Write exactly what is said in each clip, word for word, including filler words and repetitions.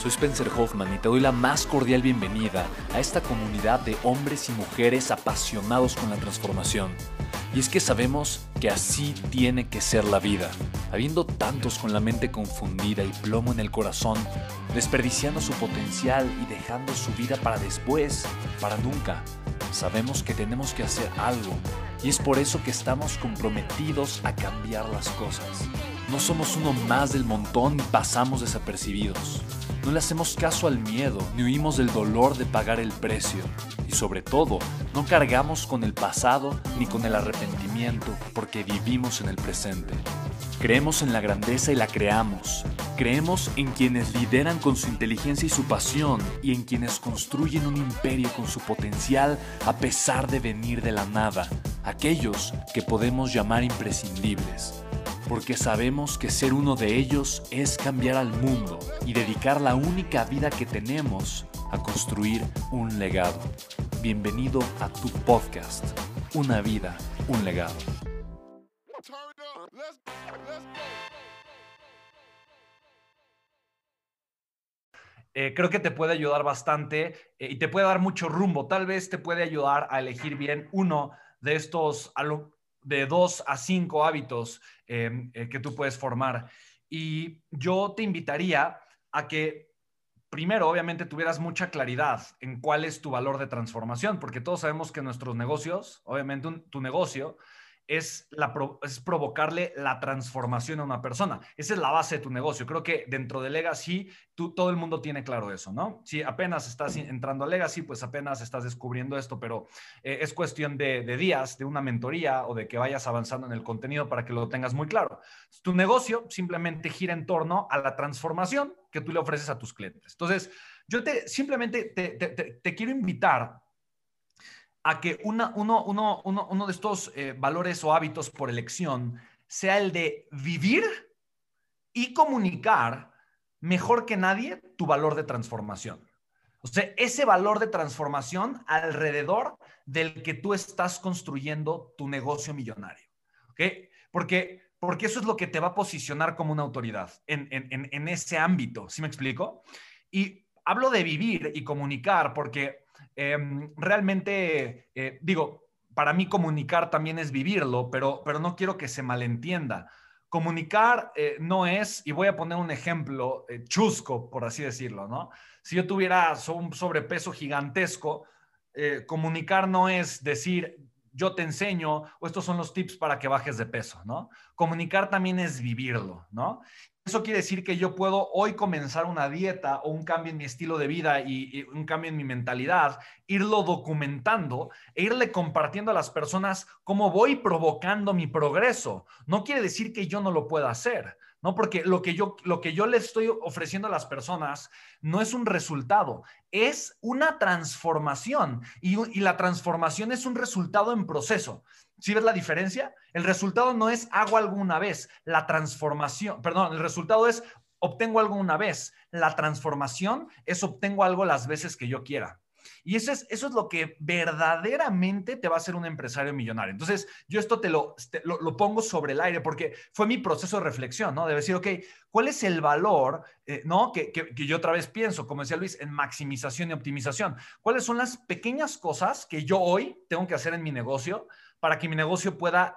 Soy Spencer Hoffman y te doy la más cordial bienvenida a esta comunidad de hombres y mujeres apasionados con la transformación. Y es que sabemos que así tiene que ser la vida, habiendo tantos con la mente confundida y plomo en el corazón, desperdiciando su potencial y dejando su vida para después, para nunca. Sabemos que tenemos que hacer algo y es por eso que estamos comprometidos a cambiar las cosas. No somos uno más del montón y pasamos desapercibidos. No le hacemos caso al miedo ni huimos del dolor de pagar el precio. Y sobre todo, no cargamos con el pasado ni con el arrepentimiento porque vivimos en el presente. Creemos en la grandeza y la creamos. Creemos en quienes lideran con su inteligencia y su pasión y en quienes construyen un imperio con su potencial a pesar de venir de la nada. Aquellos que podemos llamar imprescindibles. Porque sabemos que ser uno de ellos es cambiar al mundo y dedicar la única vida que tenemos a construir un legado. Bienvenido a tu podcast, Una vida, un legado. Eh, creo que te puede ayudar bastante eh, y te puede dar mucho rumbo. Tal vez te puede ayudar a elegir bien uno de estos de dos a cinco hábitos eh, eh, que tú puedes formar. Y yo te invitaría a que primero, obviamente, tuvieras mucha claridad en cuál es tu valor de transformación, porque todos sabemos que nuestros negocios, obviamente un, tu negocio, es, la, es provocarle la transformación a una persona. Esa es la base de tu negocio. Creo que dentro de Legacy, tú, todo el mundo tiene claro eso, ¿no? Si apenas estás entrando a Legacy, pues apenas estás descubriendo esto, pero eh, es cuestión de, de días, de una mentoría o de que vayas avanzando en el contenido para que lo tengas muy claro. Tu negocio simplemente gira en torno a la transformación que tú le ofreces a tus clientes. Entonces, yo te, simplemente te, te, te, te quiero invitar a que una, uno, uno, uno, uno de estos eh, valores o hábitos por elección sea el de vivir y comunicar mejor que nadie tu valor de transformación. O sea, ese valor de transformación alrededor del que tú estás construyendo tu negocio millonario. ¿Ok? Porque, porque eso es lo que te va a posicionar como una autoridad en, en, en ese ámbito. ¿Sí me explico? Y hablo de vivir y comunicar porque eh, realmente, eh, digo, para mí comunicar también es vivirlo, pero, pero no quiero que se malentienda. Comunicar eh, no es, y voy a poner un ejemplo eh, chusco, por así decirlo, ¿no? Si yo tuviera un sobrepeso gigantesco, eh, comunicar no es decir, yo te enseño, o estos son los tips para que bajes de peso, ¿no? Comunicar también es vivirlo, ¿no? Eso quiere decir que yo puedo hoy comenzar una dieta o un cambio en mi estilo de vida y, y un cambio en mi mentalidad, irlo documentando e irle compartiendo a las personas cómo voy provocando mi progreso. No quiere decir que yo no lo pueda hacer, ¿no? Porque lo que yo, lo que yo le estoy ofreciendo a las personas no es un resultado, es una transformación y, y la transformación es un resultado en proceso. ¿Sí ves la diferencia? El resultado no es hago algo una vez, la transformación, perdón, el resultado es obtengo algo una vez, la transformación es obtengo algo las veces que yo quiera. Y eso es, eso es lo que verdaderamente te va a hacer un empresario millonario. Entonces, yo esto te lo, te, lo, lo pongo sobre el aire porque fue mi proceso de reflexión, ¿no? De decir, ok, ¿cuál es el valor, eh, ¿no? Que, que, que yo otra vez pienso, como decía Luis, en maximización y optimización. ¿Cuáles son las pequeñas cosas que yo hoy tengo que hacer en mi negocio para que mi negocio pueda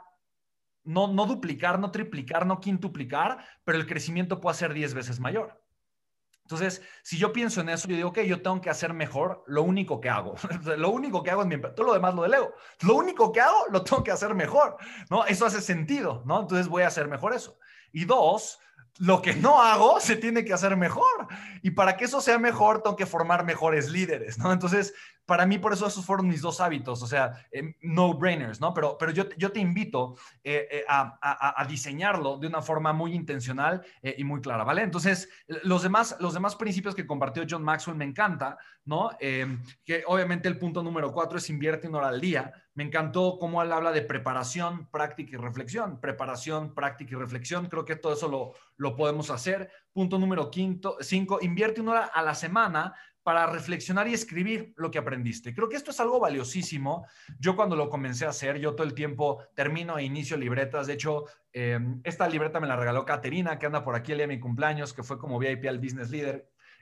no, no duplicar, no triplicar, no quintuplicar, pero el crecimiento pueda ser diez veces mayor? Entonces, si yo pienso en eso, yo digo, ok, yo tengo que hacer mejor lo único que hago. Lo único que hago es mi empresa. Todo lo demás lo delego. Lo único que hago, lo tengo que hacer mejor, ¿no? Eso hace sentido, ¿no? Entonces voy a hacer mejor eso. Y dos, lo que no hago se tiene que hacer mejor. Y para que eso sea mejor, tengo que formar mejores líderes, ¿no? Entonces, para mí, por eso esos fueron mis dos hábitos, o sea, eh, no-brainers, ¿no? Pero, pero yo, yo te invito eh, eh, a, a, a diseñarlo de una forma muy intencional eh, y muy clara, ¿vale? Entonces, los demás, los demás principios que compartió John Maxwell me encanta, ¿no? Eh, que obviamente el punto número cuatro es invierte una hora al día. Me encantó cómo él habla de preparación, práctica y reflexión. Preparación, práctica y reflexión. Creo que todo eso lo, lo podemos hacer. Punto número quinto, cinco, invierte una hora a la semana para reflexionar y escribir lo que aprendiste. Creo que esto es algo valiosísimo. Yo cuando lo comencé a hacer, yo todo el tiempo termino e inicio libretas. De hecho, eh, esta libreta me la regaló Caterina, que anda por aquí el día de mi cumpleaños, que fue como V I P al Business Leader.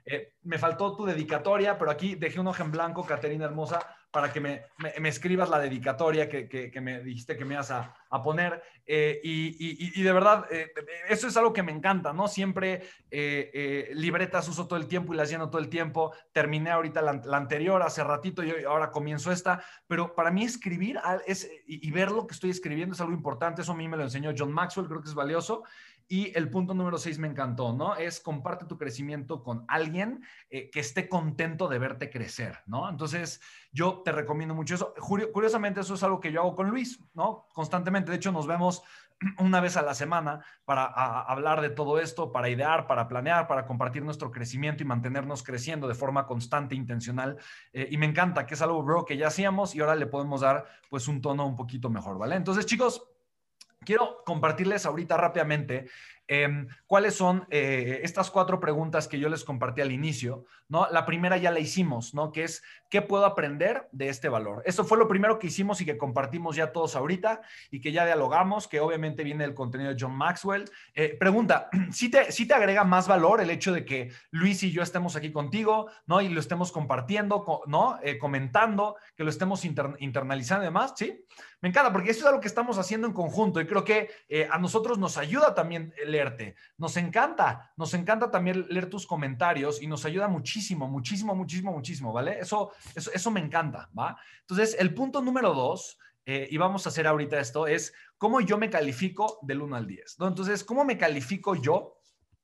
Eh, me faltó tu dedicatoria, pero aquí dejé un hoja en blanco, Caterina hermosa, para que me, me, me escribas la dedicatoria que, que, que, me dijiste que me ibas a, a poner. Eh, y, y, y de verdad, eh, eso es algo que me encanta, ¿no? Siempre eh, eh, libretas uso todo el tiempo y las lleno todo el tiempo. Terminé ahorita la, la anterior hace ratito y ahora comienzo esta, pero para mí escribir es, y, y ver lo que estoy escribiendo es algo importante. Eso a mí me lo enseñó John Maxwell, creo que es valioso. Y el punto número seis me encantó, ¿no? Es comparte tu crecimiento con alguien eh, que esté contento de verte crecer, ¿no? Entonces, yo te recomiendo mucho eso. Curiosamente, eso es algo que yo hago con Luis, ¿no? Constantemente. De hecho, nos vemos una vez a la semana para a, a hablar de todo esto, para idear, para planear, para compartir nuestro crecimiento y mantenernos creciendo de forma constante, intencional. Eh, y me encanta que es algo, bro, que ya hacíamos y ahora le podemos dar, pues, un tono un poquito mejor, ¿vale? Entonces, chicos, quiero compartirles ahorita rápidamente eh, cuáles son eh, estas cuatro preguntas que yo les compartí al inicio, ¿no? La primera ya la hicimos, ¿no? Que es, ¿qué puedo aprender de este valor? Eso fue lo primero que hicimos y que compartimos ya todos ahorita y que ya dialogamos, que obviamente viene del contenido de John Maxwell. Eh, pregunta, ¿sí te, ¿sí te agrega más valor el hecho de que Luis y yo estemos aquí contigo, ¿no? Y lo estemos compartiendo, ¿no? Eh, comentando, que lo estemos inter internalizando y demás, ¿sí? Me encanta porque esto es algo que estamos haciendo en conjunto y creo que eh, a nosotros nos ayuda también leerte. Nos encanta, nos encanta también leer tus comentarios y nos ayuda muchísimo, muchísimo, muchísimo, muchísimo, ¿vale? Eso, eso, eso me encanta, ¿va? Entonces, el punto número dos, eh, y vamos a hacer ahorita esto, es cómo yo me califico del uno al diez, ¿no? Entonces, ¿cómo me califico yo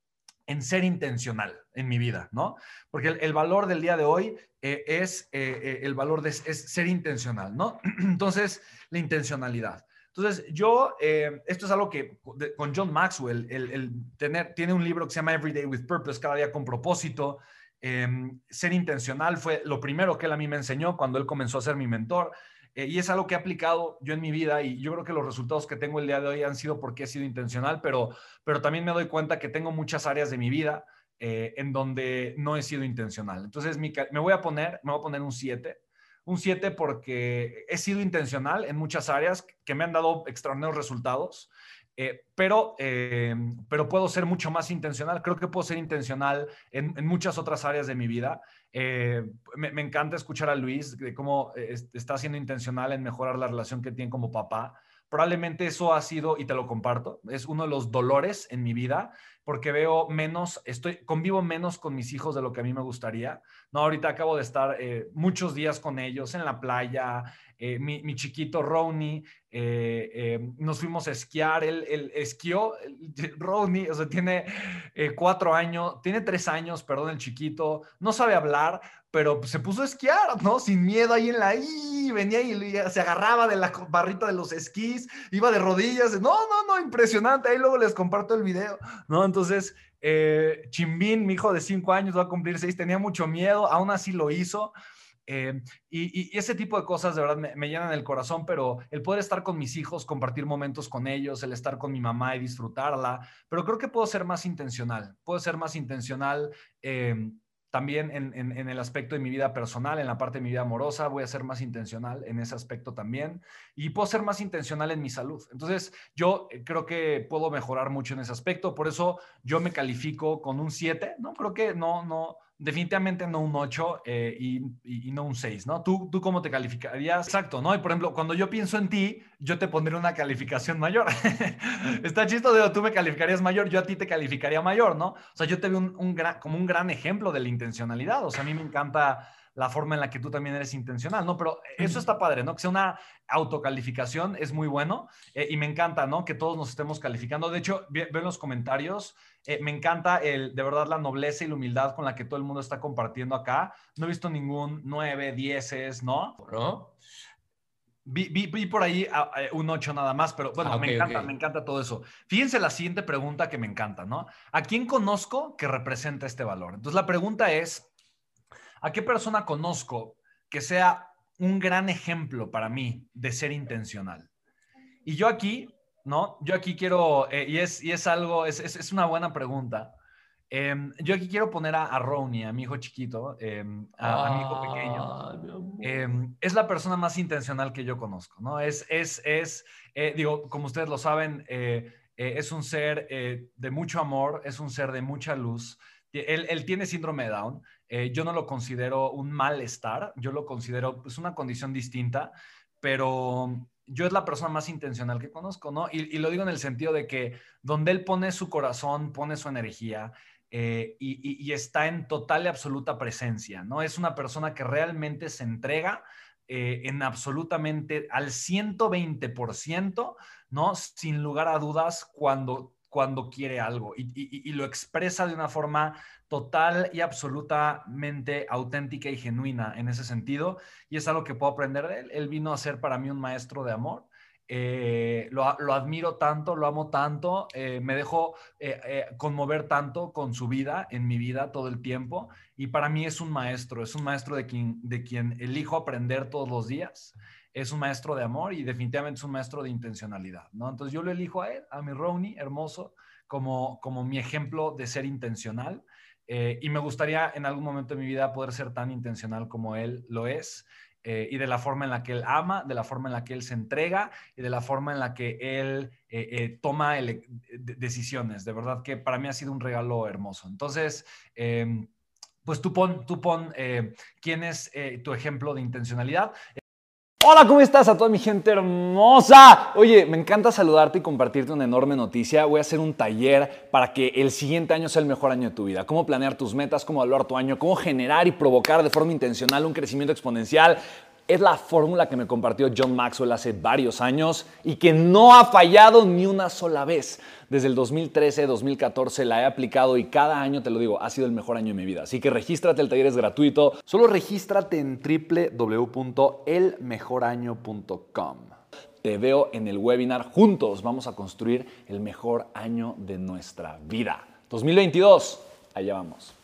en ser intencional en mi vida, ¿no? Porque el, el valor del día de hoy eh, es eh, el valor de es ser intencional, ¿no? Entonces, la intencionalidad. Entonces, yo, eh, esto es algo que de, con John Maxwell, el, el tener, tiene un libro que se llama Every Day with Purpose, cada día con propósito. Eh, ser intencional fue lo primero que él a mí me enseñó cuando él comenzó a ser mi mentor. Eh, y es algo que he aplicado yo en mi vida y yo creo que los resultados que tengo el día de hoy han sido porque he sido intencional, pero, pero también me doy cuenta que tengo muchas áreas de mi vida eh, en donde no he sido intencional. Entonces, mi, me voy a poner, me voy a poner un siete. Un siete porque he sido intencional en muchas áreas que me han dado extraordinarios resultados, eh, pero, eh, pero puedo ser mucho más intencional. Creo que puedo ser intencional en, en muchas otras áreas de mi vida. Eh, me, me encanta escuchar a Luis de cómo eh, está siendo intencional en mejorar la relación que tiene como papá. Probablemente eso ha sido, y te lo comparto, es uno de los dolores en mi vida, porque veo menos, estoy, convivo menos con mis hijos de lo que a mí me gustaría. No, ahorita acabo de estar eh, muchos días con ellos en la playa, eh, mi, mi chiquito Ronnie, eh, eh, nos fuimos a esquiar, él, él esquió, Ronnie, o sea, tiene eh, cuatro años, tiene tres años, perdón, el chiquito, no sabe hablar, pero se puso a esquiar, ¿no? Sin miedo ahí en la I, venía y se agarraba de la barrita de los esquís, iba de rodillas, no, no, no, impresionante, ahí luego les comparto el video, ¿no? Entonces, eh, Chimbín, mi hijo de cinco años, va a cumplir seis, tenía mucho miedo, aún así lo hizo. Eh, y, y ese tipo de cosas de verdad me, me llenan el corazón, pero el poder estar con mis hijos, compartir momentos con ellos, el estar con mi mamá y disfrutarla, pero creo que puedo ser más intencional, puedo ser más intencional eh, también en, en, en el aspecto de mi vida personal, en la parte de mi vida amorosa, voy a ser más intencional en ese aspecto también y puedo ser más intencional en mi salud. Entonces, yo creo que puedo mejorar mucho en ese aspecto, por eso yo me califico con un siete, ¿no? Creo que no, no, definitivamente no un ocho eh, y, y, y no un seis, ¿no? ¿Tú, ¿Tú cómo te calificarías? Exacto, ¿no? Y por ejemplo, cuando yo pienso en ti, yo te pondré una calificación mayor. Está chistoso, tú me calificarías mayor, yo a ti te calificaría mayor, ¿no? O sea, yo te veo un, un gran, como un gran ejemplo de la intencionalidad. O sea, a mí me encanta la forma en la que tú también eres intencional, ¿no? Pero eso está padre, ¿no? Que sea una autocalificación es muy bueno eh, y me encanta, ¿no? Que todos nos estemos calificando. De hecho, veo en los comentarios, eh, me encanta el, de verdad la nobleza y la humildad con la que todo el mundo está compartiendo acá. No he visto ningún nueve, dieces, ¿no? ¿No? Vi, vi, vi por ahí a, a un ocho nada más, pero bueno, Ah, okay, me encanta, okay. me encanta todo eso. Fíjense la siguiente pregunta que me encanta, ¿no? ¿A quién conozco que representa este valor? Entonces la pregunta es, ¿a qué persona conozco que sea un gran ejemplo para mí de ser intencional? Y yo aquí, ¿no? Yo aquí quiero, eh, y, es, y es algo, es, es, es una buena pregunta. Eh, yo aquí quiero poner a, a Ronnie, a mi hijo chiquito, eh, a, a mi hijo pequeño. Ah, mi amor. Eh, es la persona más intencional que yo conozco, ¿no? Es, es, es eh, digo, como ustedes lo saben, eh, eh, es un ser eh, de mucho amor, es un ser de mucha luz, Él, él tiene síndrome de Down. Eh, yo no lo considero un malestar, yo lo considero pues, una condición distinta, pero yo es la persona más intencional que conozco, ¿no? Y, y lo digo en el sentido de que donde él pone su corazón, pone su energía, eh, y, y, y está en total y absoluta presencia, ¿no? Es una persona que realmente se entrega eh, en absolutamente al ciento veinte por ciento, ¿no? Sin lugar a dudas cuando, cuando quiere algo y, y, y lo expresa de una forma total y absolutamente auténtica y genuina en ese sentido, y es algo que puedo aprender de él. Él vino a ser para mí un maestro de amor. Eh, lo, lo, admiro tanto, lo amo tanto, eh, me dejo eh, eh, conmover tanto con su vida, en mi vida, todo el tiempo, y para mí es un maestro, es un maestro de quien, de quien elijo aprender todos los días, es un maestro de amor y definitivamente es un maestro de intencionalidad, ¿no? Entonces yo lo elijo a él, a mi Ronnie hermoso, como, como mi ejemplo de ser intencional, eh, y me gustaría en algún momento de mi vida poder ser tan intencional como él lo es. Eh, y de la forma en la que él ama, de la forma en la que él se entrega y de la forma en la que él eh, eh, toma ele- de- decisiones. De verdad que para mí ha sido un regalo hermoso. Entonces, eh, pues tú pon, tú pon eh, quién es eh, tu ejemplo de intencionalidad. Hola, ¿cómo estás a toda mi gente hermosa? Oye, me encanta saludarte y compartirte una enorme noticia. Voy a hacer un taller para que el siguiente año sea el mejor año de tu vida. Cómo planear tus metas, cómo evaluar tu año, cómo generar y provocar de forma intencional un crecimiento exponencial. Es la fórmula que me compartió John Maxwell hace varios años y que no ha fallado ni una sola vez. Desde el dos mil trece, dos mil catorce la he aplicado y cada año, te lo digo, ha sido el mejor año de mi vida. Así que regístrate, el taller es gratuito. Solo regístrate en doble u doble u doble u punto el mejor año punto com. Te veo en el webinar. Juntos vamos a construir el mejor año de nuestra vida. dos mil veintidós, allá vamos.